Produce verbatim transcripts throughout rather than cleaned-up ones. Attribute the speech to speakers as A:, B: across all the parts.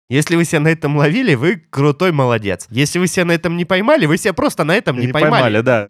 A: Если вы себя на этом ловили, вы крутой молодец. Если вы себя на этом не поймали, вы себя просто на этом не,
B: Не
A: поймали.
B: поймали, да.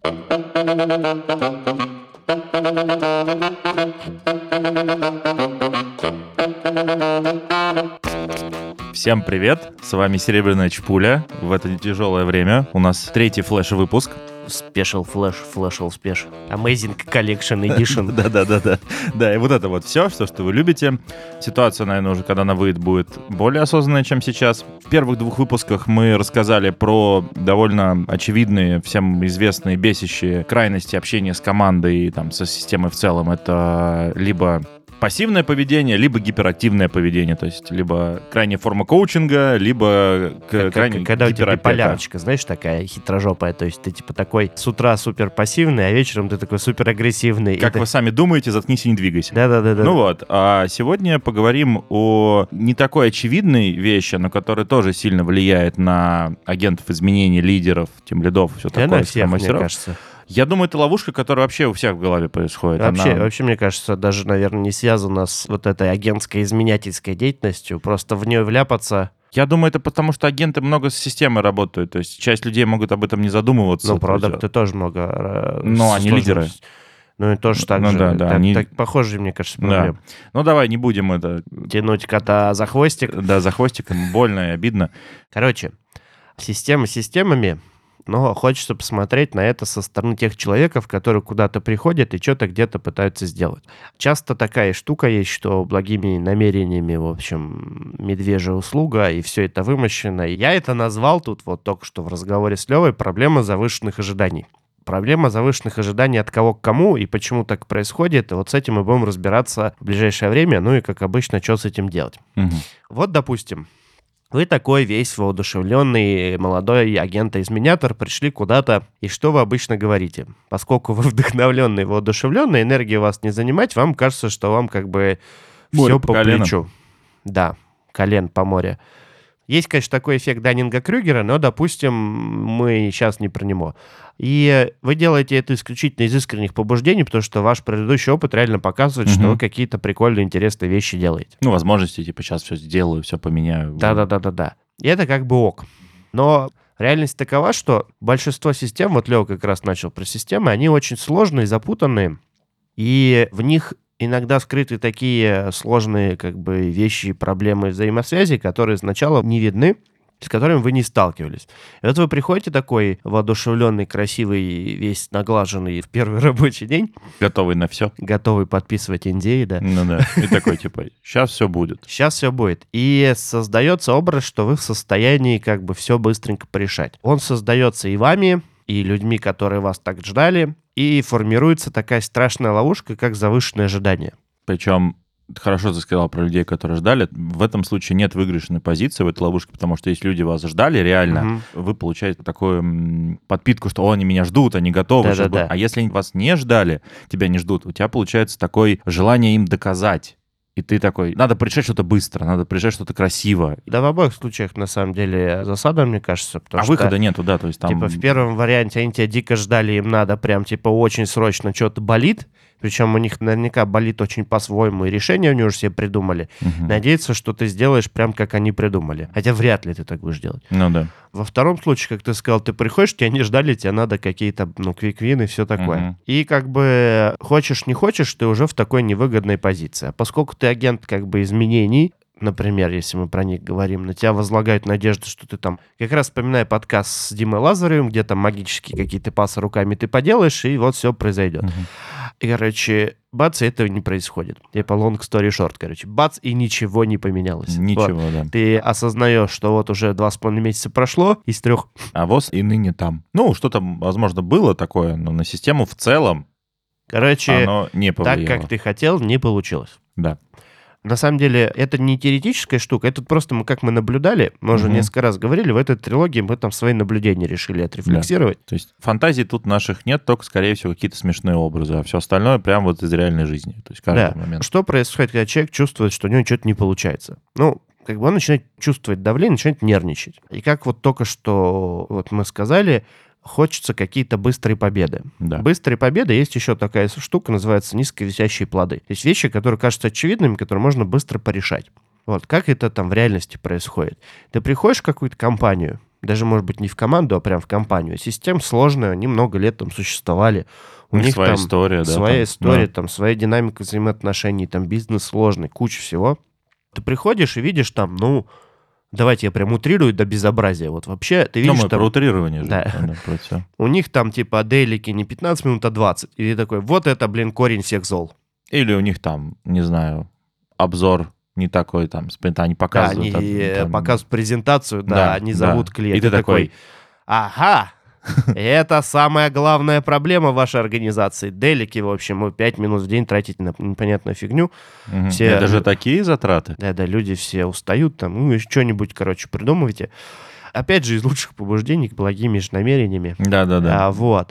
B: Всем привет, с вами Серебряная Чпуля. В это тяжелое время у нас третий флеш-выпуск.
A: Special Flash, Flashal Special. Amazing Collection Edition.
B: Да-да-да-да. Да, и вот это вот все, все, что вы любите. Ситуация, наверное, уже когда она выйдет, будет более осознанная, чем сейчас. В первых двух выпусках мы рассказали про довольно очевидные, всем известные, бесящие крайности общения с командой и там, со системой в целом. Это либо пассивное поведение, либо гиперактивное поведение, то есть либо крайняя форма коучинга, либо
A: как,
B: крайне
A: когда у тебя
B: гиперопека.
A: полярочка, знаешь, такая хитрожопая, то есть ты типа такой с утра супер пассивный, а вечером ты такой супер агрессивный.
B: Как
A: и
B: вы
A: ты...
B: сами думаете, заткнись и не двигайся.
A: Да-да-да.
B: Ну вот, а сегодня поговорим о не такой очевидной вещи, но которая тоже сильно влияет на агентов изменений, лидеров, тимлидов, все
A: да
B: такое.
A: На всех, мне кажется.
B: Я думаю, это ловушка, которая вообще у всех в голове происходит.
A: Вообще,
B: Она...
A: вообще, мне кажется, даже, наверное, не связана с вот этой агентской изменятельской деятельностью. Просто в нее вляпаться...
B: Я думаю, это потому, что агенты много с системой работают. То есть часть людей могут об этом не задумываться.
A: Ну, продукты тоже много...
B: Но они лидеры.
A: Ну, и тоже так
B: ну,
A: же.
B: Да, да,
A: так,
B: они...
A: так похожие, мне кажется, проблемы.
B: Да. Ну, давай, не будем это...
A: Тянуть кота за хвостик.
B: Да, за хвостик. Больно и обидно.
A: Короче, система системами... Но хочется посмотреть на это со стороны тех человеков, которые куда-то приходят и что-то где-то пытаются сделать. Часто такая штука есть, что благими намерениями, в общем, медвежья услуга, и все это вымощено. Я это назвал тут вот только что в разговоре с Левой проблема завышенных ожиданий. Проблема завышенных ожиданий от кого к кому и почему так происходит. И вот с этим мы будем разбираться в ближайшее время. Ну и, как обычно, что с этим делать.
B: Угу.
A: Вот, допустим, вы такой весь воодушевленный молодой агент-изменятор, пришли куда-то, и что вы обычно говорите? Поскольку вы вдохновленный, воодушевленный, энергии вас не занимать, вам кажется, что вам как бы
B: море
A: все
B: по,
A: по
B: коленам.
A: плечу. Да, колен по море. Есть, конечно, такой эффект Даннинга-Крюгера, но, допустим, мы сейчас не про него. И вы делаете это исключительно из искренних побуждений, потому что ваш предыдущий опыт реально показывает, угу. что вы какие-то прикольные, интересные вещи делаете.
B: Ну, возможности, типа, сейчас все сделаю, все поменяю.
A: Да-да-да-да-да. И это как бы ок. Но реальность такова, что большинство систем, вот Лева как раз начал про системы, они очень сложные, запутанные, и в них иногда скрыты такие сложные как бы вещи, проблемы взаимосвязи, которые сначала не видны, с которыми вы не сталкивались. И вот вы приходите такой воодушевленный, красивый, весь наглаженный в первый рабочий день.
B: Готовый на все.
A: Готовый подписывать эн ди эй, да.
B: Ну да, и такой типа, сейчас все будет.
A: Сейчас все будет. И создается образ, что вы в состоянии как бы все быстренько порешать. Он создается и вами, и людьми, которые вас так ждали, и формируется такая страшная ловушка, как завышенное ожидание.
B: Причем хорошо ты сказал про людей, которые ждали. В этом случае нет выигрышной позиции в этой ловушке, потому что если люди вас ждали реально, угу. вы получаете такую м, подпитку, что О, они меня ждут, они готовы.
A: Да, да, да.
B: А если они вас не ждали, тебя не ждут, у тебя получается такое желание им доказать. И ты такой, надо пришить что-то быстро, надо пришить что-то красиво.
A: Да, в обоих случаях, на самом деле, засада, мне кажется.
B: А
A: что,
B: выхода нету, да, то есть там...
A: Типа в первом варианте они тебя дико ждали, им надо прям, типа, очень срочно что-то болит, причем у них наверняка болит очень по-своему, и решение они уже себе придумали. Угу. Надеяться, что ты сделаешь прям, как они придумали. Хотя вряд ли ты так будешь делать.
B: Ну да.
A: Во втором случае, как ты сказал, ты приходишь, тебя не ждали, тебе надо какие-то, ну, квик-вины и все такое. Угу. И как бы хочешь, не хочешь, ты уже в такой невыгодной позиции. А поскольку ты агент как бы изменений, например, если мы про них говорим, на тебя возлагают надежду, что ты там... Как раз вспоминаю подкаст с Димой Лазаревым, где там магические какие-то пасы руками ты поделаешь, и вот все произойдет. Uh-huh. И, короче, бац, и этого не происходит. Типа long story short, короче. Бац, и ничего не поменялось.
B: Ничего,
A: вот.
B: да.
A: Ты осознаешь, что вот уже два с половиной месяца прошло из трех.
B: А ВОЗ и ныне там. Ну, что-то, возможно, было такое, но на систему в целом
A: короче,
B: оно не повлияло.
A: Так, как ты хотел, не получилось.
B: Да.
A: На самом деле, это не теоретическая штука, это просто мы, как мы наблюдали, мы уже угу. несколько раз говорили, в этой трилогии мы там свои наблюдения решили отрефлексировать.
B: Да. То есть фантазий тут наших нет, только, скорее всего, какие-то смешные образы, а все остальное прям вот из реальной жизни. То есть каждый
A: да.
B: момент.
A: Что происходит, когда человек чувствует, что у него что-то не получается? Ну, как бы он начинает чувствовать давление, начинает нервничать. И как вот только что вот мы сказали, хочется какие-то быстрые победы.
B: Да.
A: Быстрые победы, есть еще такая штука, называется низковисящие плоды. То есть вещи, которые кажутся очевидными, которые можно быстро порешать. Вот, как это там в реальности происходит? Ты приходишь в какую-то компанию, даже, может быть, не в команду, а прям в компанию. Система сложная, они много лет там существовали. У,
B: У них
A: них
B: своя
A: там
B: история, да.
A: своя
B: там,
A: история,
B: да.
A: там своя динамика взаимоотношений, там бизнес сложный, куча всего. Ты приходишь и видишь там, ну, давайте я прям утрирую до безобразия. Вот вообще ты
B: Ну,
A: видишь
B: мы
A: там...
B: про утрирование же.
A: Да.
B: Да, про всё.
A: У них там типа дейлики не пятнадцать минут, а двадцать. И ты такой, вот это, блин, корень всех зол.
B: Или у них там, не знаю, обзор не такой, там, спринта, они
A: Да,
B: показывают.
A: они
B: там, там,
A: показывают презентацию, да,
B: Да,
A: они
B: да.
A: зовут
B: И
A: клиента.
B: ты такой,
A: ага, это самая главная проблема вашей организации. Делики, в общем, вы пять минут в день тратите на непонятную фигню.
B: Мгм.
A: Все-
B: Это же такие затраты.
A: Да-да, люди все устают там, ну, и что-нибудь, короче, придумывайте. Опять же, из лучших побуждений, благими же намерениями.
B: Да-да-да.
A: А, вот.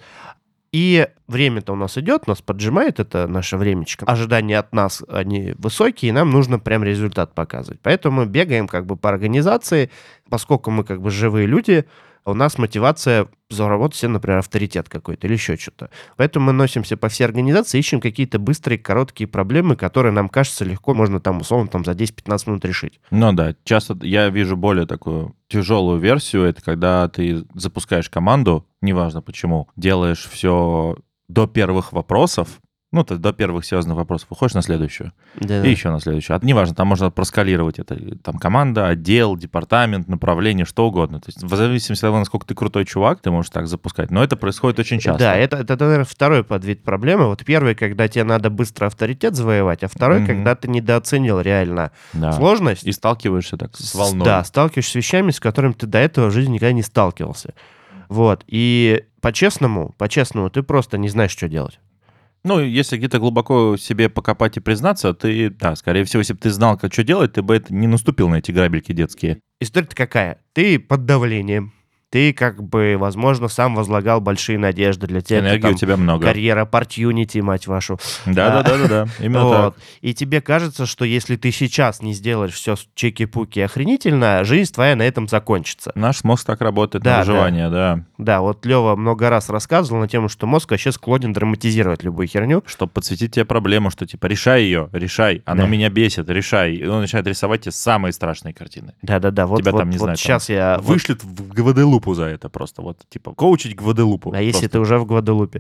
A: И время-то у нас идет, нас поджимает это наше времечко. Ожидания от нас, они высокие, и нам нужно прям результат показывать. Поэтому мы бегаем как бы по организации, поскольку мы как бы живые люди, у нас мотивация заработать себе, например, авторитет какой-то или еще что-то. Поэтому мы носимся по всей организации, ищем какие-то быстрые, короткие проблемы, которые нам кажется легко, можно там условно там за десять-пятнадцать минут решить.
B: Ну да, часто я вижу более такую тяжелую версию, это когда ты запускаешь команду, неважно почему, делаешь все до первых вопросов, ну, ты до первых серьезных вопросов уходишь на следующую,
A: Да.
B: и еще на следующую. А неважно, там можно проскалировать это, там команда, отдел, департамент, направление, что угодно. То есть в зависимости от того, насколько ты крутой чувак, ты можешь так запускать. Но это происходит очень часто.
A: Да, это, это, наверное, второй подвид проблемы. Вот первый, когда тебе надо быстро авторитет завоевать, а второй,
B: Мгм.
A: когда ты недооценил реально
B: Да.
A: сложность.
B: И сталкиваешься так с волной.
A: Да, сталкиваешься с вещами, с которыми ты до этого в жизни никогда не сталкивался. Вот. И по-честному, по-честному, ты просто не знаешь, что делать.
B: Ну, если где-то глубоко себе покопать и признаться, ты, да, скорее всего, если бы ты знал, как что делать, ты бы это не наступил на эти грабельки детские.
A: История-то какая? Ты под давлением. Ты, как бы, возможно, сам возлагал большие надежды для тебя.
B: Энергии
A: там,
B: у тебя много.
A: карьера, оппортюнити, мать вашу.
B: Да-да-да-да, именно
A: Вот.
B: так.
A: И тебе кажется, что если ты сейчас не сделаешь все чеки-пуки охренительно, жизнь твоя на этом закончится.
B: Наш мозг так работает
A: Да,
B: на выживание, да.
A: Да, вот Лева много раз рассказывал на тему, что мозг вообще склонен драматизировать любую херню.
B: Чтобы подсветить тебе проблему, что типа решай ее, решай, оно
A: Да.
B: меня бесит, решай. И он начинает рисовать тебе самые страшные картины.
A: Да-да-да, вот,
B: Тебя
A: вот,
B: там, не
A: вот
B: знаю,
A: сейчас я... вот-
B: Вышлет в Гваделупу за это просто. Вот, типа, коучить Гваделупу.
A: а если
B: Просто.
A: ты уже в Гваделупе?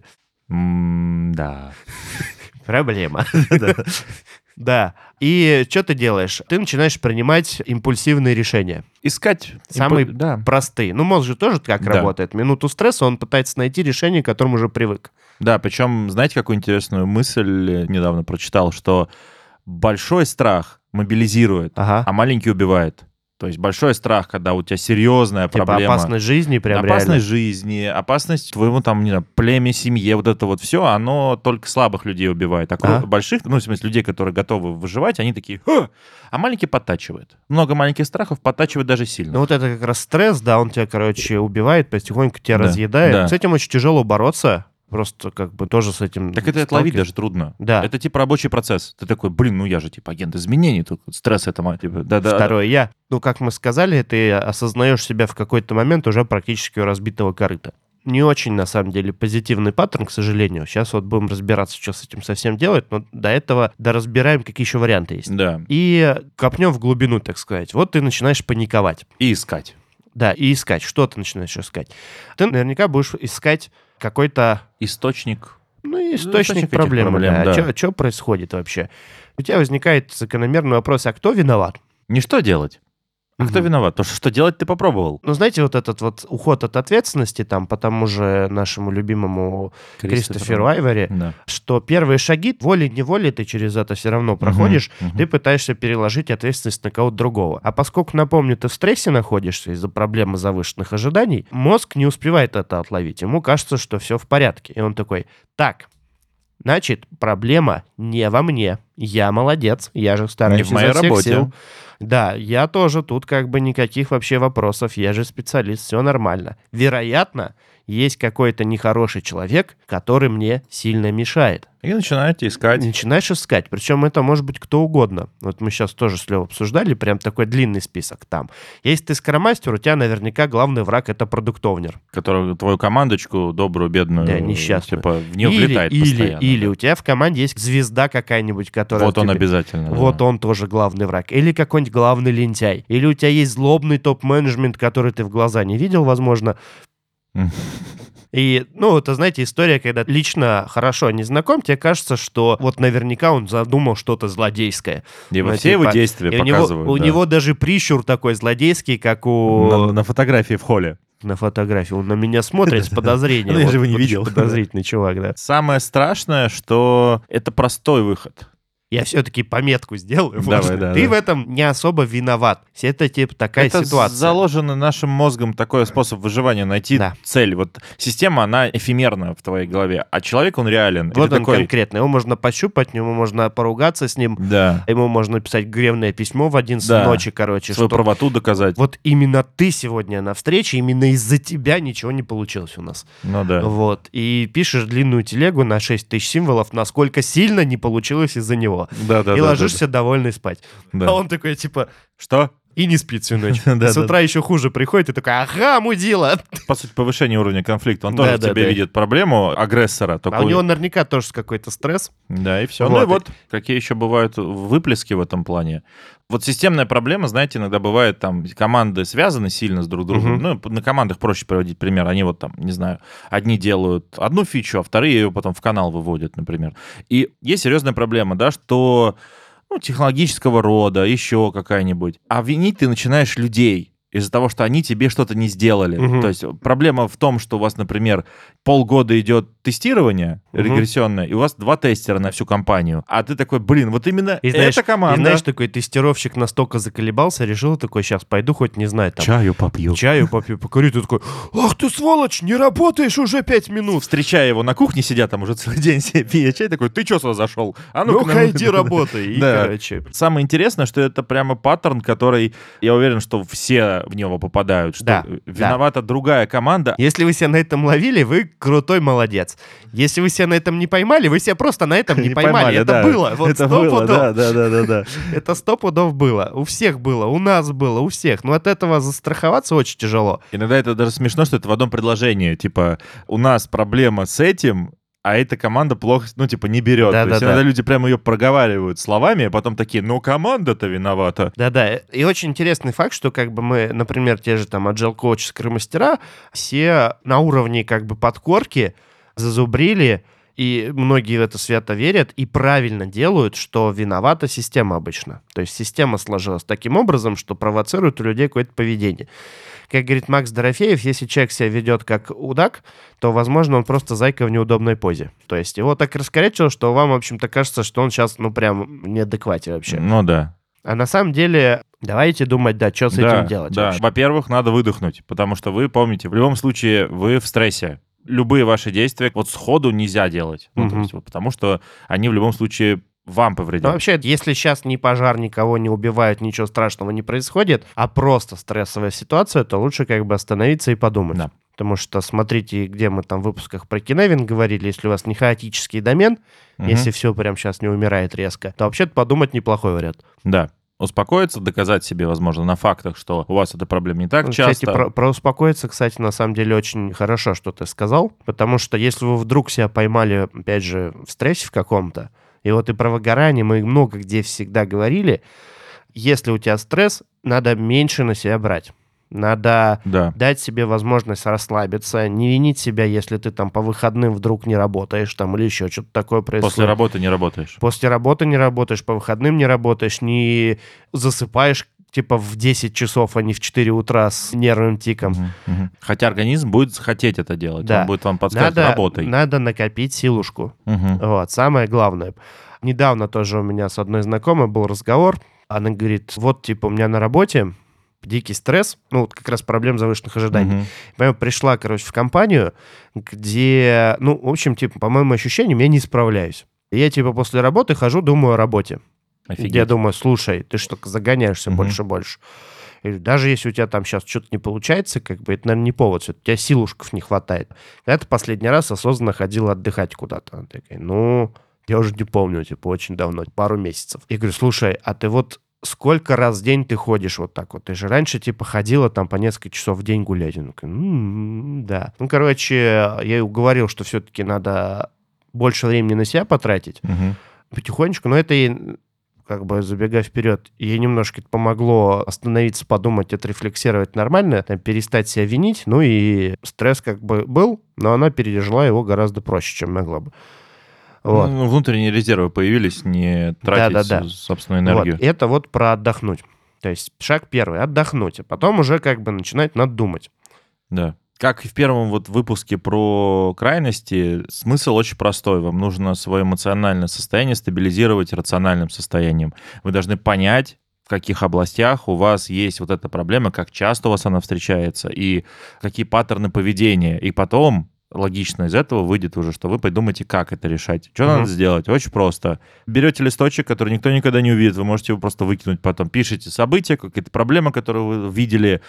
B: М, Да.
A: Проблема. Да. И что ты делаешь? Ты начинаешь принимать импульсивные решения.
B: Искать.
A: Самые
B: импу- Да.
A: простые. Ну, мозг же тоже как
B: Да.
A: работает. Минуту стресса он пытается найти решение, к которому уже привык.
B: Да, причем, знаете, какую интересную мысль недавно прочитал, что большой страх мобилизирует,
A: Ага.
B: а маленький убивает. То есть большой страх, когда у тебя серьезная
A: Типа
B: проблема.
A: опасность жизни прям
B: опасность
A: реально.
B: жизни, опасность твоему там, не знаю, племя, семье, вот это вот все, оно только слабых людей убивает. А
A: А?
B: больших, ну, в смысле, людей, которые готовы выживать, они такие, «Ха!» А маленький подтачивает. Много маленьких страхов подтачивает даже сильно.
A: Ну вот это как раз стресс, да, он тебя, короче, убивает, потихоньку тебя
B: Да,
A: разъедает.
B: да.
A: С этим очень тяжело бороться. Просто как бы тоже с этим...
B: Так это отловить
A: сталкиваешься.
B: даже трудно.
A: Да.
B: Это типа рабочий процесс. Ты такой, блин, ну я же типа агент изменений, тут стресс это, ма- типа, да-да.
A: Второе я. Ну, как мы сказали, ты осознаешь себя в какой-то момент уже практически у разбитого корыта. Не очень, на самом деле, позитивный паттерн, к сожалению. Сейчас вот будем разбираться, что с этим совсем делать, но до этого доразбираем, какие еще варианты есть.
B: Да.
A: И копнем в глубину, так сказать. Вот ты начинаешь паниковать.
B: И искать.
A: Да, и искать. Что ты начинаешь искать? Ты наверняка будешь искать какой-то,
B: Источник.
A: ну, источник,
B: источник этих
A: проблемы.
B: проблем,
A: да.
B: да.
A: Что происходит вообще? У тебя возникает закономерный вопрос, а кто виноват?
B: Не что делать, а кто
A: Мгм.
B: виноват? То, что, что делать ты попробовал.
A: Ну, знаете, вот этот вот уход от ответственности, там, по тому же нашему любимому Кристоферу Айвори,
B: Да.
A: что первые шаги, волей-неволей ты через это все равно проходишь,
B: Мгм, мгм.
A: ты пытаешься переложить ответственность на кого-то другого. А поскольку, напомню, ты в стрессе находишься из-за проблемы завышенных ожиданий, мозг не успевает это отловить. Ему кажется, что все в порядке. И он такой, так, значит, проблема не во мне. Я молодец, я же стараюсь
B: Не в моей
A: изо всех
B: работе.
A: сил. Да, я тоже тут как бы никаких вообще вопросов, я же специалист, все нормально. Вероятно, есть какой-то нехороший человек, который мне сильно мешает.
B: И начинаете искать.
A: Начинаешь искать, причем это может быть кто угодно. Вот мы сейчас тоже с Левой обсуждали, прям такой длинный список там. Если ты скромастер, у тебя наверняка главный враг — это продуктовнер.
B: Который твою командочку, добрую, бедную,
A: Да, несчастную.
B: типа, в нее
A: или,
B: влетает
A: или,
B: постоянно.
A: или
B: да.
A: у тебя в команде есть звезда какая-нибудь, которая который...
B: Вот он
A: тебе...
B: обязательно.
A: Вот
B: да.
A: он тоже главный враг. Или какой-нибудь главный лентяй. Или у тебя есть злобный топ-менеджмент, который ты в глаза не видел, возможно. И, ну, это, знаете, история, когда лично хорошо не знаком, тебе кажется, что вот наверняка он задумал что-то злодейское.
B: И
A: ну,
B: вот все
A: типа,
B: его действия
A: и
B: показывают.
A: У, него,
B: да.
A: у него даже прищур такой злодейский, как у...
B: На, на фотографии в холле.
A: На фотографии. Он на меня смотрит с подозрением.
B: Ну, я же его не
A: Вот
B: видел.
A: Подозрительный чувак, да.
B: Самое страшное, что это простой выход.
A: Я все-таки пометку сделаю.
B: Давай,
A: можно.
B: да,
A: Ты
B: да.
A: в этом не особо виноват. Это типа такая
B: это
A: ситуация.
B: заложено нашим мозгом такой способ выживания, найти
A: Да.
B: цель. Вот система, она эфемерна в твоей голове, а человек, он реален.
A: Вот
B: Это
A: он
B: такой...
A: конкретно. Его можно пощупать, ему можно поругаться с ним,
B: Да.
A: ему можно писать гневное письмо в одиннадцать
B: Да.
A: ночи, короче.
B: Свою
A: что
B: правоту доказать.
A: вот именно ты сегодня на встрече, именно из-за тебя ничего не получилось у нас.
B: Ну да.
A: Вот. И пишешь длинную телегу на шесть тысяч символов, насколько сильно не получилось из-за него.
B: Да, да,
A: и
B: да,
A: ложишься довольный спать.
B: да.
A: А он такой, типа,
B: Что?
A: и не спит всю ночь.
B: Да,
A: С
B: да.
A: утра еще хуже приходит и такой, ага, мудила.
B: По сути, повышение уровня конфликта. Он
A: Да,
B: тоже в
A: да,
B: тебе
A: да.
B: видит проблему агрессора. только
A: А у него наверняка тоже какой-то стресс.
B: Да, и все.
A: Вот.
B: Ну и вот какие еще бывают выплески в этом плане. Вот системная проблема, знаете, иногда бывает, там, команды связаны сильно с друг другом.
A: Мгм.
B: Ну, на командах проще приводить пример. Они вот там, не знаю, одни делают одну фичу, а вторые ее потом в канал выводят, например. И есть серьезная проблема, да, что ну, технологического рода, еще какая-нибудь. А винить ты начинаешь людей из-за того, что они тебе что-то не сделали.
A: Мгм.
B: То есть проблема в том, что у вас, например, полгода идет тестирование
A: Мгм.
B: регрессионное, и у вас два тестера на всю компанию. А ты такой, блин, вот именно
A: И знаешь,
B: эта команда...
A: и знаешь, такой тестировщик настолько заколебался, решил такой, сейчас пойду хоть, не знаю, там,
B: Чаю попью.
A: чаю попью, покурю. Ты такой, ах ты сволочь, не работаешь уже пять минут.
B: Встречая его на кухне, сидя там уже целый день, себе пья чай, такой, ты что сюда зашел? А
A: Ну-ка,
B: к нам».
A: иди работай. И,
B: Да.
A: короче,
B: Самое интересное, что это прямо паттерн, который, я уверен, что все в него попадают, что
A: Да,
B: виновата другая команда.
A: если вы себя на этом ловили, вы крутой молодец. Если вы себя на этом не поймали, вы себя просто на этом не, поймали. Это
B: да.
A: было. Вот
B: Это
A: сто
B: было,
A: пудов.
B: да, да, да, да, да.
A: Это сто пудов было. У всех было, у нас было, у всех. Но от этого застраховаться очень тяжело.
B: Иногда это даже смешно, что это в одном предложении. Типа, у нас проблема с этим, а эта команда плохо, ну, типа, не берет.
A: Да,
B: То
A: да,
B: есть
A: да.
B: иногда люди прямо ее проговаривают словами, а потом такие, ну, команда-то виновата.
A: Да-да, и очень интересный факт, что как бы мы, например, те же там agile коучи, скрым-мастера, все на уровне как бы подкорки зазубрили, и многие в это свято верят и правильно делают, что виновата система обычно. То есть система сложилась таким образом, что провоцирует у людей какое-то поведение. Как говорит Макс Дорофеев, если человек себя ведет как удак, то, возможно, он просто зайка в неудобной позе. То есть его так раскорячило, что вам, в общем-то, кажется, что он сейчас, ну, прям в неадеквате вообще.
B: Ну, да.
A: А на самом деле, давайте думать, да, что с
B: да,
A: этим делать
B: да.
A: вообще.
B: Во-первых, надо выдохнуть, потому что вы помните, в любом случае вы в стрессе. Любые ваши действия вот сходу нельзя делать. Ну, то
A: Мгм.
B: есть, вот потому что они в любом случае вам повредят.
A: Ну, вообще, если сейчас ни пожар, никого не убивают, ничего страшного не происходит, а просто стрессовая ситуация, то лучше как бы остановиться и подумать.
B: Да.
A: Потому что смотрите, где мы там в выпусках про Kinevin говорили, если у вас не хаотический домен,
B: Мгм.
A: если все прям сейчас не умирает резко, то вообще-то подумать неплохой вариант.
B: Да. Успокоиться, доказать себе, возможно, на фактах, что у вас эта проблема не так
A: Ну,
B: часто.
A: Кстати, про, про успокоиться, кстати, на самом деле очень хорошо, что ты сказал, потому что если вы вдруг себя поймали, опять же, в стрессе в каком-то, и вот и про выгорание мы много где всегда говорили, если у тебя стресс, надо меньше на себя брать. Надо
B: Да.
A: дать себе возможность расслабиться, не винить себя, если ты там по выходным вдруг не работаешь там или еще что-то такое происходит.
B: После работы не работаешь.
A: После работы не работаешь, по выходным не работаешь, не засыпаешь типа в десять часов, а не в четыре утра с нервным тиком.
B: Мгм, мгм. Хотя организм будет хотеть это делать.
A: Да.
B: Он будет вам подсказывать,
A: Надо,
B: работай.
A: надо накопить силушку.
B: Мгм.
A: Вот, самое главное. Недавно тоже у меня с одной знакомой был разговор. Она говорит, вот, типа, у меня на работе дикий стресс, ну, вот как раз проблем завышенных ожиданий.
B: Мгм.
A: Поэтому пришла, короче, в компанию, где, ну, в общем, типа, по моим ощущениям, я не справляюсь. И я, типа, после работы хожу, думаю о работе.
B: Офигеть.
A: Я думаю, слушай, ты что, загоняешься
B: Мгм.
A: больше и больше. И даже если у тебя там сейчас что-то не получается, как бы это, наверное, не повод. Всё-таки у тебя силушков не хватает. Когда ты последний раз осознанно ходила отдыхать куда-то? Она такая, ну, я уже не помню, типа, очень давно, пару месяцев. Я говорю, слушай, а ты вот сколько раз в день ты ходишь вот так вот? Ты же раньше, типа, ходила там по несколько часов в день гулять. Она такая, «М, да. Ну, короче, я ей уговорил, что все-таки надо больше времени на себя потратить.
B: Мгм.
A: потихонечку, но это ей, как бы забегая вперед, ей немножко это помогло остановиться, подумать, отрефлексировать нормально, там, перестать себя винить, ну и стресс как бы был, но она пережила его гораздо проще, чем могла бы. Вот.
B: Ну, внутренние резервы появились, не тратить да, да, да. собственную энергию.
A: Вот. Это вот про отдохнуть. То есть шаг первый — отдохнуть, а потом уже как бы начинать надумать.
B: Да. Как и в первом вот выпуске про крайности, смысл очень простой. Вам нужно свое эмоциональное состояние стабилизировать рациональным состоянием. Вы должны понять, в каких областях у вас есть вот эта проблема, как часто у вас она встречается, и какие паттерны поведения. И потом логично из этого выйдет уже, что вы придумаете, как это решать. Что uh-huh. надо сделать? Очень просто. Берете листочек, который никто никогда не увидит, вы можете его просто выкинуть потом. Пишите события, какие-то проблемы, которые вы видели,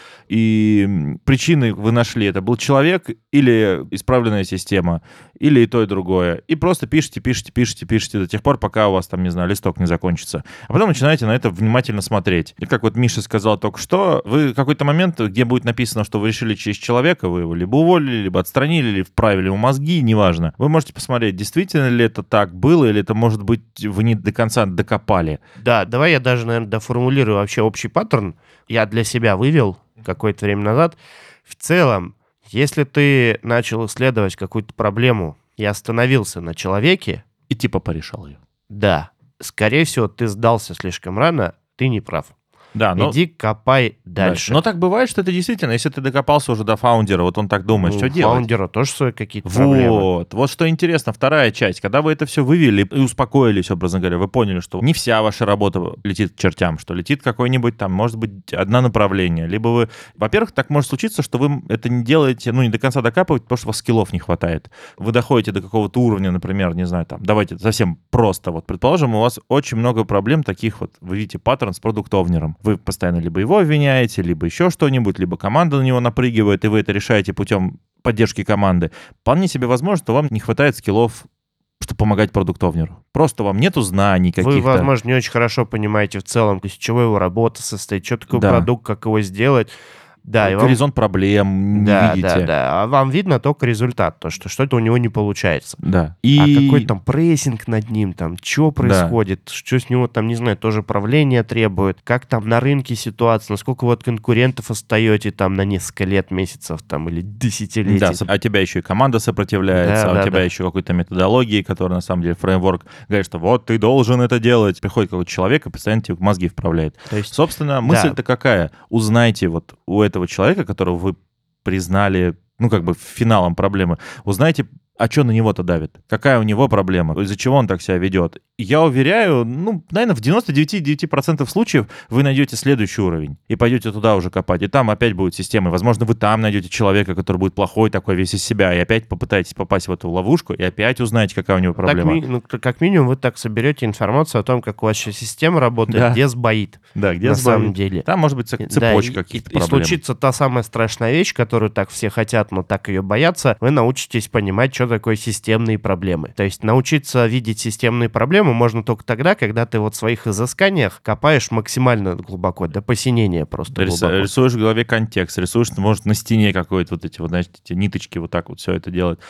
B: и причины вы нашли. Это был человек или исправленная система, или и то, и другое. И просто пишите, пишите, пишите, пишите до тех пор, пока у вас там, не знаю, листок не закончится. А потом начинаете на это внимательно смотреть. И как вот Миша сказал только что, вы в какой-то момент, где будет написано, что вы решили через человека, вы его либо уволили, либо отстранили, либо вправили ему мозги, неважно. Вы можете посмотреть, действительно ли это так было, или это, может быть, вы не до конца докопали.
A: Да, давай я даже, наверное, доформулирую вообще общий паттерн. Я для себя вывел какое-то время назад. В целом, если ты начал исследовать какую-то проблему и остановился на человеке...
B: И типа порешал ее.
A: Да. Скорее всего, ты сдался слишком рано, ты не прав.
B: Да, но...
A: Иди копай дальше.
B: Да. Но так бывает, что это действительно, если ты докопался уже до фаундера, вот он так думает, ну, что делать?
A: У фаундера тоже свои какие-то
B: вот.
A: проблемы.
B: Вот, вот что интересно, вторая часть, когда вы это все вывели и успокоились, образно говоря, вы поняли, что не вся ваша работа летит к чертям, что летит какой-нибудь там, может быть, одно направление, либо вы... Во-первых, так может случиться, что вы это не делаете, ну, не до конца докапываете, потому что у вас скиллов не хватает. Вы доходите до какого-то уровня, например, не знаю, там, давайте совсем просто, вот, предположим, у вас очень много проблем таких вот, вы видите паттерн с продукт-овнером. Вы постоянно либо его обвиняете, либо еще что-нибудь, либо команда на него напрыгивает, и вы это решаете путем поддержки команды. Вполне себе возможно, что вам не хватает скиллов, чтобы помогать продукт-овнеру. Просто вам нету знаний каких-то.
A: Вы, возможно, не очень хорошо понимаете в целом, из чего его работа состоит, что такое да. продукт, как его сделать. Да,
B: горизонт вам... проблем
A: да,
B: не видите.
A: Да, да, а вам видно только результат, то, что что-то у него не получается.
B: Да.
A: И... А какой там прессинг над ним, там, что происходит, да. что с него там, не знаю, тоже правление требует, как там на рынке ситуация, насколько вы от конкурентов остаете там на несколько лет, месяцев там или десятилетий.
B: Да, а тебя еще и команда сопротивляется, да, а да, у тебя да. еще какой-то методологии, которая на самом деле фреймворк говорит, что вот ты должен это делать. Приходит какой-то человек и постоянно тебе мозги вправляет. То есть, собственно, мысль-то да. какая? Узнайте вот у этого человека, которого вы признали, ну, как бы финалом проблемы, узнайте, а что на него-то давит? Какая у него проблема? Из-за чего он так себя ведет? Я уверяю, ну, наверное, в девяносто девять целых девять десятых процента случаев вы найдете следующий уровень и пойдете туда уже копать. И там опять будет система. Возможно, вы там найдете человека, который будет плохой такой весь из себя, и опять попытаетесь попасть в эту ловушку, и опять узнаете, какая у него проблема.
A: Так, ну, как минимум вы так соберете информацию о том, как у вас сейчас система работает, да. где сбоит.
B: Да, где
A: на
B: сбоит.
A: самом деле.
B: Там может быть цепочка
A: да,
B: каких-то
A: и,
B: проблем.
A: И случится та самая страшная вещь, которую так все хотят, но так ее боятся. Вы научитесь понимать, что такое системные проблемы. То есть научиться видеть системные проблемы можно только тогда, когда ты вот в своих изысканиях копаешь максимально глубоко, до посинения просто
B: Рис,
A: глубоко.
B: Рисуешь в голове контекст, рисуешь, может, на стене какой-то вот эти вот, знаете, эти ниточки вот так вот все это делать.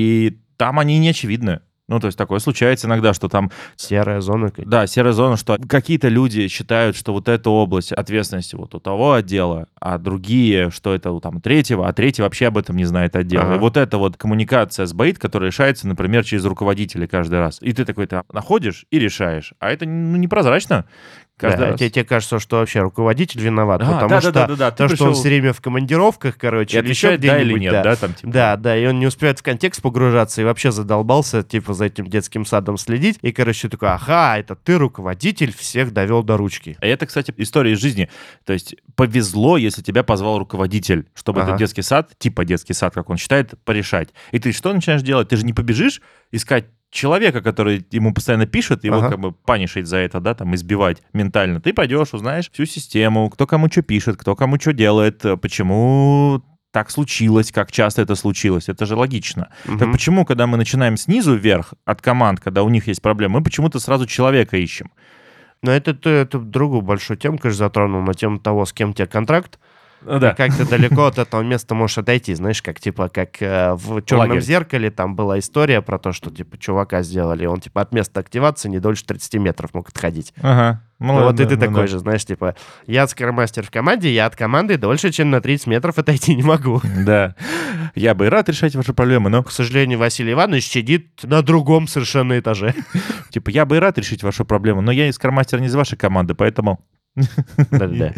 B: И там они не очевидны. Ну, то есть такое случается иногда, что там...
A: Серая зона.
B: Да, серая зона, что какие-то люди считают, что вот эта область ответственности вот у того отдела, а другие, что это у там третьего, а третий вообще об этом не знает отдела. Ага. И вот эта вот коммуникация сбоит, которая решается, например, через руководителя каждый раз. И ты такой-то находишь и решаешь. А это ну, непрозрачно.
A: Да, тебе, тебе кажется, что вообще руководитель виноват,
B: а,
A: потому
B: да,
A: что
B: да, да, да,
A: то, что
B: пришел...
A: он все время в командировках, короче,
B: и отвечает да или нет,
A: да,
B: да, там типа.
A: Да, да, и он не успевает в контекст погружаться и вообще задолбался, типа, за этим детским садом следить, и, короче, такой, ага, это ты руководитель, всех довел до ручки.
B: А это, кстати, история из жизни, то есть повезло, если тебя позвал руководитель, чтобы ага. этот детский сад, типа детский сад, как он считает, порешать. И ты что начинаешь делать? Ты же не побежишь искать человека, который ему постоянно пишет, его ага. как бы панишить за это, да, там, избивать ментально. Ты пойдешь, узнаешь всю систему, кто кому что пишет, кто кому что делает, почему так случилось, как часто это случилось. Это же логично. Угу. Так почему, когда мы начинаем снизу вверх от команд, когда у них есть проблемы, мы почему-то сразу человека ищем?
A: Но это, это, это другую большую тему, конечно, затронул, на тему того, с кем у тебя контракт.
B: Ну, да.
A: И как ты далеко от этого места можешь отойти, знаешь, как типа как э, в «Черном
B: Лагерь.
A: зеркале» там была история про то, что типа чувака сделали, он типа от места активации не дольше тридцати метров мог отходить.
B: Ага.
A: Ну,
B: Ну,
A: вот
B: да,
A: и ты
B: ну,
A: такой
B: да.
A: же, знаешь, типа, я скромастер в команде, я от команды дольше, чем на тридцать метров отойти не могу.
B: Да. Я бы и рад решать ваши проблемы, но...
A: К сожалению, Василий Иванович сидит на другом совершенно этаже.
B: Типа, я бы и рад решить вашу проблему, но я из Scrum-мастер не из вашей команды, поэтому...
A: Да-да-да.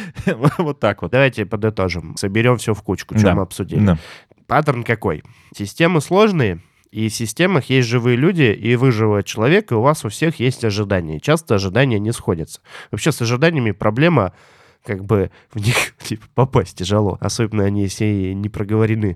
B: Вот так вот.
A: Давайте подытожим, соберем все в кучку, что
B: Да.
A: мы обсудили.
B: Да.
A: Паттерн какой? Системы сложные, и в системах есть живые люди, и вы живой человек, и у вас у всех есть ожидания. И часто ожидания не сходятся. Вообще с ожиданиями проблема, как бы в них типа, попасть тяжело, особенно они все не проговорены.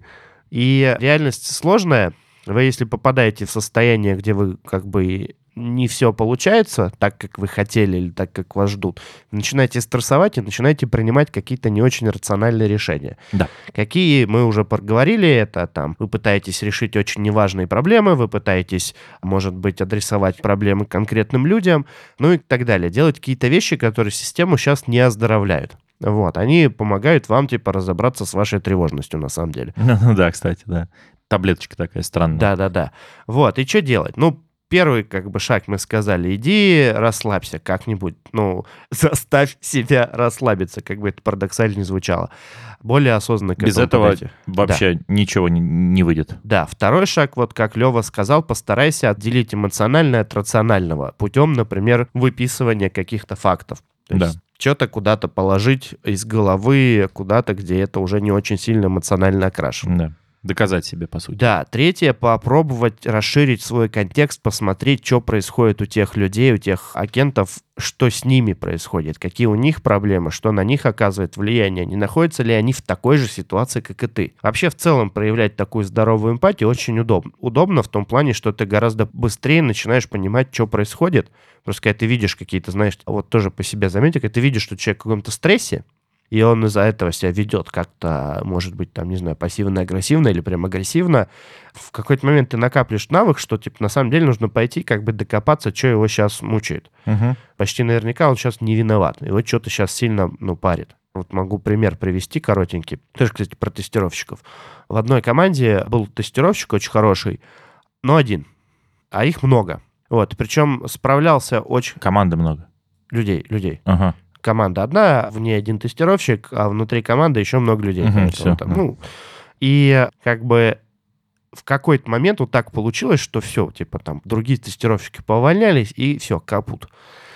A: И реальность сложная. Вы, если попадаете в состояние, где вы как бы не все получается так, как вы хотели или так, как вас ждут, начинаете стрессовать и начинаете принимать какие-то не очень рациональные решения.
B: Да.
A: Какие мы уже проговорили, это там вы пытаетесь решить очень неважные проблемы, вы пытаетесь, может быть, адресовать проблемы конкретным людям, ну и так далее. Делать какие-то вещи, которые систему сейчас не оздоровляют. Вот, они помогают вам, типа, разобраться с вашей тревожностью, на самом деле.
B: Ну да, кстати, да. Таблеточка такая странная.
A: Да-да-да. Вот, и что делать? Ну, первый, как бы, шаг мы сказали, иди расслабься как-нибудь, ну, заставь себя расслабиться, как бы это парадоксально не звучало. Более осознанно к
B: Без
A: этому
B: этого
A: подойти.
B: вообще ничего не, не выйдет.
A: Да, второй шаг, вот как Лева сказал, постарайся отделить эмоциональное от рационального путем, например, выписывания каких-то фактов. То
B: Да.
A: есть что-то куда-то положить из головы, куда-то, где это уже не очень сильно эмоционально окрашено.
B: Да. Доказать себе, по сути.
A: Да, третье, попробовать расширить свой контекст, посмотреть, что происходит у тех людей, у тех агентов, что с ними происходит, какие у них проблемы, что на них оказывает влияние, не находятся ли они в такой же ситуации, как и ты. Вообще, в целом, проявлять такую здоровую эмпатию очень удобно. Удобно в том плане, что ты гораздо быстрее начинаешь понимать, что происходит. Просто когда ты видишь какие-то, знаешь, вот тоже по себе заметил, когда ты видишь, что человек в каком-то стрессе, и он из-за этого себя ведет как-то, может быть, там, не знаю, пассивно-агрессивно или прям агрессивно, в какой-то момент ты накапливаешь навык, что, типа, на самом деле нужно пойти как бы докопаться, что его сейчас мучает.
B: Угу.
A: Почти наверняка он сейчас не виноват. Его что-то сейчас сильно, ну, парит. Вот могу пример привести коротенький. Тоже, кстати, про тестировщиков. В одной команде был тестировщик очень хороший, но один. А их много. Вот. Причем справлялся очень...
B: Команды много.
A: Людей, людей.
B: Ага.
A: Команда одна, в ней один тестировщик, а внутри команды еще много людей.
B: Мгм,
A: Поэтому
B: всё,
A: там,
B: да.
A: ну, и как бы в какой-то момент вот так получилось, что все, типа там другие тестировщики повольнялись, и все, капут.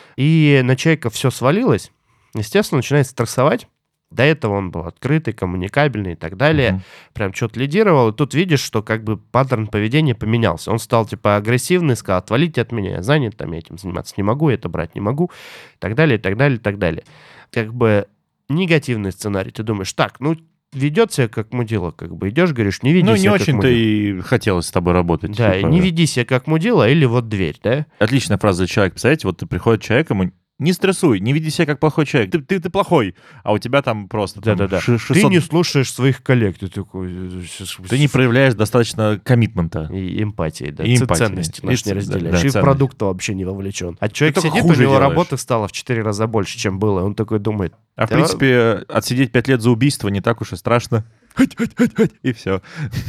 A: И на человека все свалилось, естественно, начинает стрессовать. До этого он был открытый, коммуникабельный и так далее.
B: Мгм.
A: Прям что-то лидировал. И тут видишь, что как бы паттерн поведения поменялся. Он стал типа агрессивный, сказал, отвалите от меня, я занят, там, я этим заниматься не могу, это брать не могу, и так далее, и так далее, и так далее. Как бы негативный сценарий. Ты думаешь, так, ну, ведет себя как мудила, как бы идешь, говоришь, не веди
B: Ну, не
A: себя как
B: очень-то
A: мудила.
B: и хотелось с тобой работать.
A: Да,
B: типа.
A: не веди себя как мудила, или вот дверь, да?
B: Отличная фраза для человека. Представляете, вот ты приходит человек, ему не стрессуй, не веди себя как плохой человек. Ты, ты, ты плохой, а у тебя там просто там
A: Да-да-да.
B: ши-
A: Ты
B: шестьсот
A: не слушаешь своих коллег, ты такой...
B: Ты не проявляешь достаточно коммитмента.
A: И эмпатии, да.
B: И
A: Ц-
B: эмпатии.
A: Ценности
B: И
A: наши
B: ц-
A: не
B: да,
A: разделяешь.
B: да,
A: и в
B: ценности.
A: продукт вообще не вовлечен. А человек
B: только
A: сидит, у
B: хуже
A: него
B: делаешь.
A: работы стало в четыре раза больше, чем было. И он такой думает,
B: А в
A: Да.
B: принципе, отсидеть пять лет за убийство не так уж и страшно. Хоть, хоть, хоть, хоть, и все.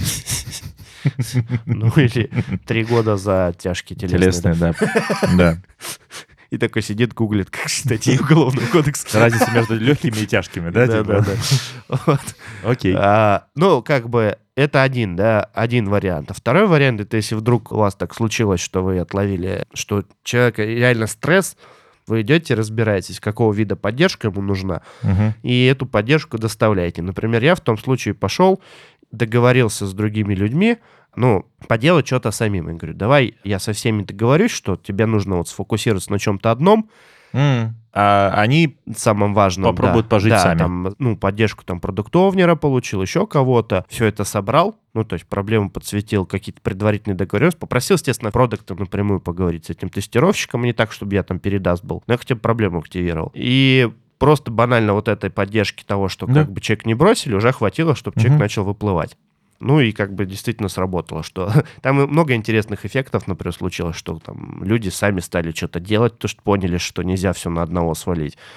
A: ну или три года за тяжкие телесные.
B: Телесное, да. Да.
A: И такой сидит, гуглит, как статьи Уголовного кодекса.
B: Разница между легкими и тяжкими, да?
A: Да,
B: типа?
A: да, да. Вот.
B: Окей.
A: А, ну, как бы, это один, да, один вариант. А второй вариант, это если вдруг у вас так случилось, что вы отловили, что у человека реально стресс, вы идете, разбираетесь, какого вида поддержка ему нужна,
B: Мгм.
A: и эту поддержку доставляете. Например, я в том случае пошел, договорился с другими людьми, ну, поделать что-то самим. Я говорю, давай я со всеми договорюсь, что тебе нужно вот сфокусироваться на чем-то одном,
B: М. А они
A: самым важным.
B: Попробуют
A: да,
B: пожить
A: да,
B: сами.
A: Там, ну, поддержку там продуктовнера получил, еще кого-то. Все это собрал, ну, то есть проблему подсветил, какие-то предварительные договоренности. Попросил, естественно, продукта напрямую поговорить с этим тестировщиком, не так, чтобы я там передаст был, но я хотя бы проблему активировал. И просто банально вот этой поддержки того, что
B: Да.
A: как бы человек не бросили, уже хватило, чтобы человек
B: Мгм.
A: начал выплывать. Ну и как бы действительно сработало, что там и много интересных эффектов, например, случилось, что там люди сами стали что-то делать, потому что поняли, что нельзя все на одного свалить.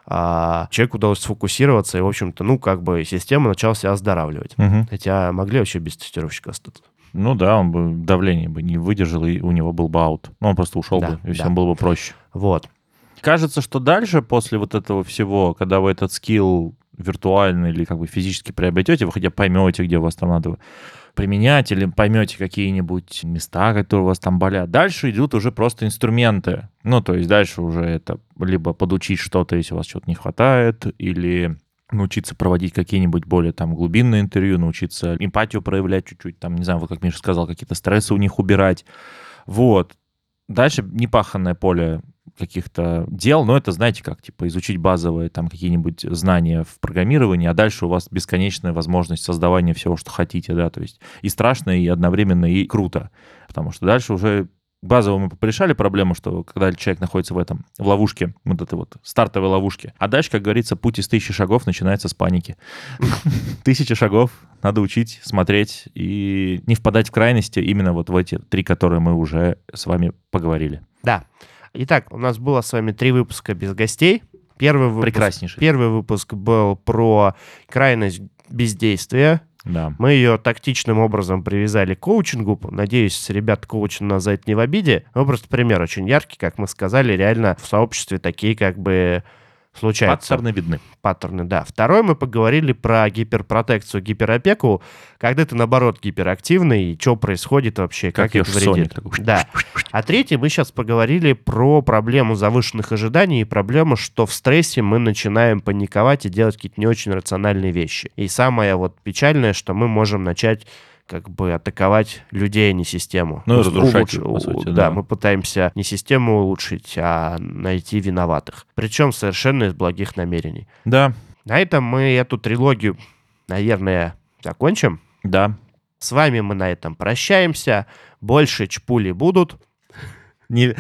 A: а человеку удалось сфокусироваться, и, в общем-то, ну, как бы система начала себя оздоравливать.
B: Мгм.
A: Хотя могли вообще без тестировщика остаться.
B: Ну да, он бы давление бы не выдержал, и у него был бы аут. Ну, он просто ушел
A: Да,
B: бы, и
A: да.
B: всем было бы проще.
A: Вот.
B: Кажется, что дальше, после вот этого всего, когда вы этот скилл виртуально или как бы физически приобретете, вы хотя бы поймете, где у вас там надо применять, или поймете какие-нибудь места, которые у вас там болят. Дальше идут уже просто инструменты. Ну, то есть дальше уже это либо подучить что-то, если у вас чего-то не хватает, или научиться проводить какие-нибудь более там глубинные интервью, научиться эмпатию проявлять чуть-чуть, там, не знаю, вот как Миша сказал, какие-то стрессы у них убирать. Вот. Дальше непаханное поле каких-то дел, но это, знаете, как, типа, изучить базовые там какие-нибудь знания в программировании, а дальше у вас бесконечная возможность создавания всего, что хотите, да, то есть и страшно, и одновременно, и круто, потому что дальше уже базово мы порешали проблему, что когда человек находится в этом, в ловушке, вот этой вот стартовой ловушке, а дальше, как говорится, путь из тысячи шагов начинается с паники. Тысяча шагов надо учить, смотреть и не впадать в крайности именно вот в эти три, которые мы уже с вами поговорили.
A: Да. Итак, у нас было с вами три выпуска без гостей. Первый выпуск,
B: Прекраснейший.
A: Первый выпуск был про крайность бездействия.
B: Да.
A: Мы ее тактичным образом привязали к коучингу. Надеюсь, ребят коучинг нас за это не в обиде. Ну, просто пример очень яркий, как мы сказали, реально в сообществе такие как бы случаются.
B: Паттерны видны.
A: Паттерны, да. Второй мы поговорили про гиперпротекцию, гиперопеку, когда ты, наоборот, гиперактивный, и что происходит вообще, как,
B: Как
A: это
B: ешь
A: вредит.
B: Соник такой.
A: Да. А третий мы сейчас поговорили про проблему завышенных ожиданий и проблему, что в стрессе мы начинаем паниковать и делать какие-то не очень рациональные вещи. И самое вот печальное, что мы можем начать как бы атаковать людей, а не систему.
B: Ну, и
A: Просто
B: разрушать
A: улучш-
B: их, по сути,
A: да,
B: да.
A: мы пытаемся не систему улучшить, а найти виноватых. Причем совершенно из благих намерений.
B: Да,
A: На этом мы эту трилогию, наверное, закончим.
B: да.
A: С вами мы на этом прощаемся. Больше чпули будут.
B: Не,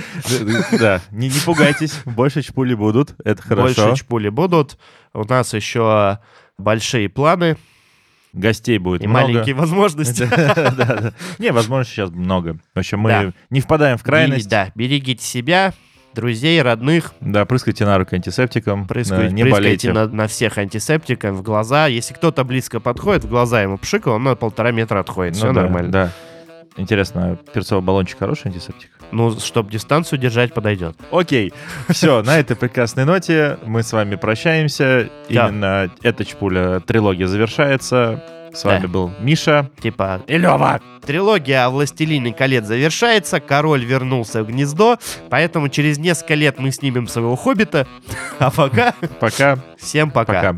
B: да, не, не пугайтесь, больше чпули будут, это хорошо.
A: Больше чпули будут. У нас еще большие планы
B: Гостей будет
A: и
B: много.
A: маленькие возможности.
B: Да, да, да. Не, возможно, сейчас много. В общем, мы
A: Да.
B: не впадаем в крайность.
A: И, да, берегите себя, друзей, родных.
B: Да, прыскайте на руки антисептиком.
A: Прыскайте,
B: да, не
A: прыскайте
B: болейте.
A: на, на всех антисептиком в глаза. Если кто-то близко подходит, в глаза ему пшикал, он на полтора метра отходит.
B: Ну
A: Все
B: да,
A: нормально.
B: Да. Интересно, перцовый баллончик хороший антисептик?
A: Ну, чтобы дистанцию держать, подойдет.
B: Окей, все, на этой прекрасной ноте мы с вами прощаемся.
A: Да.
B: Именно эта чпуля трилогия завершается. С вами
A: Да.
B: был Миша.
A: Типа, и Лёва. Трилогия о «Властелине колец» завершается, король вернулся в гнездо, поэтому через несколько лет мы снимем своего хоббита. А пока,
B: Пока.
A: всем пока.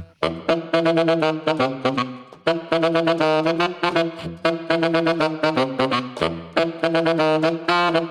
B: Пока.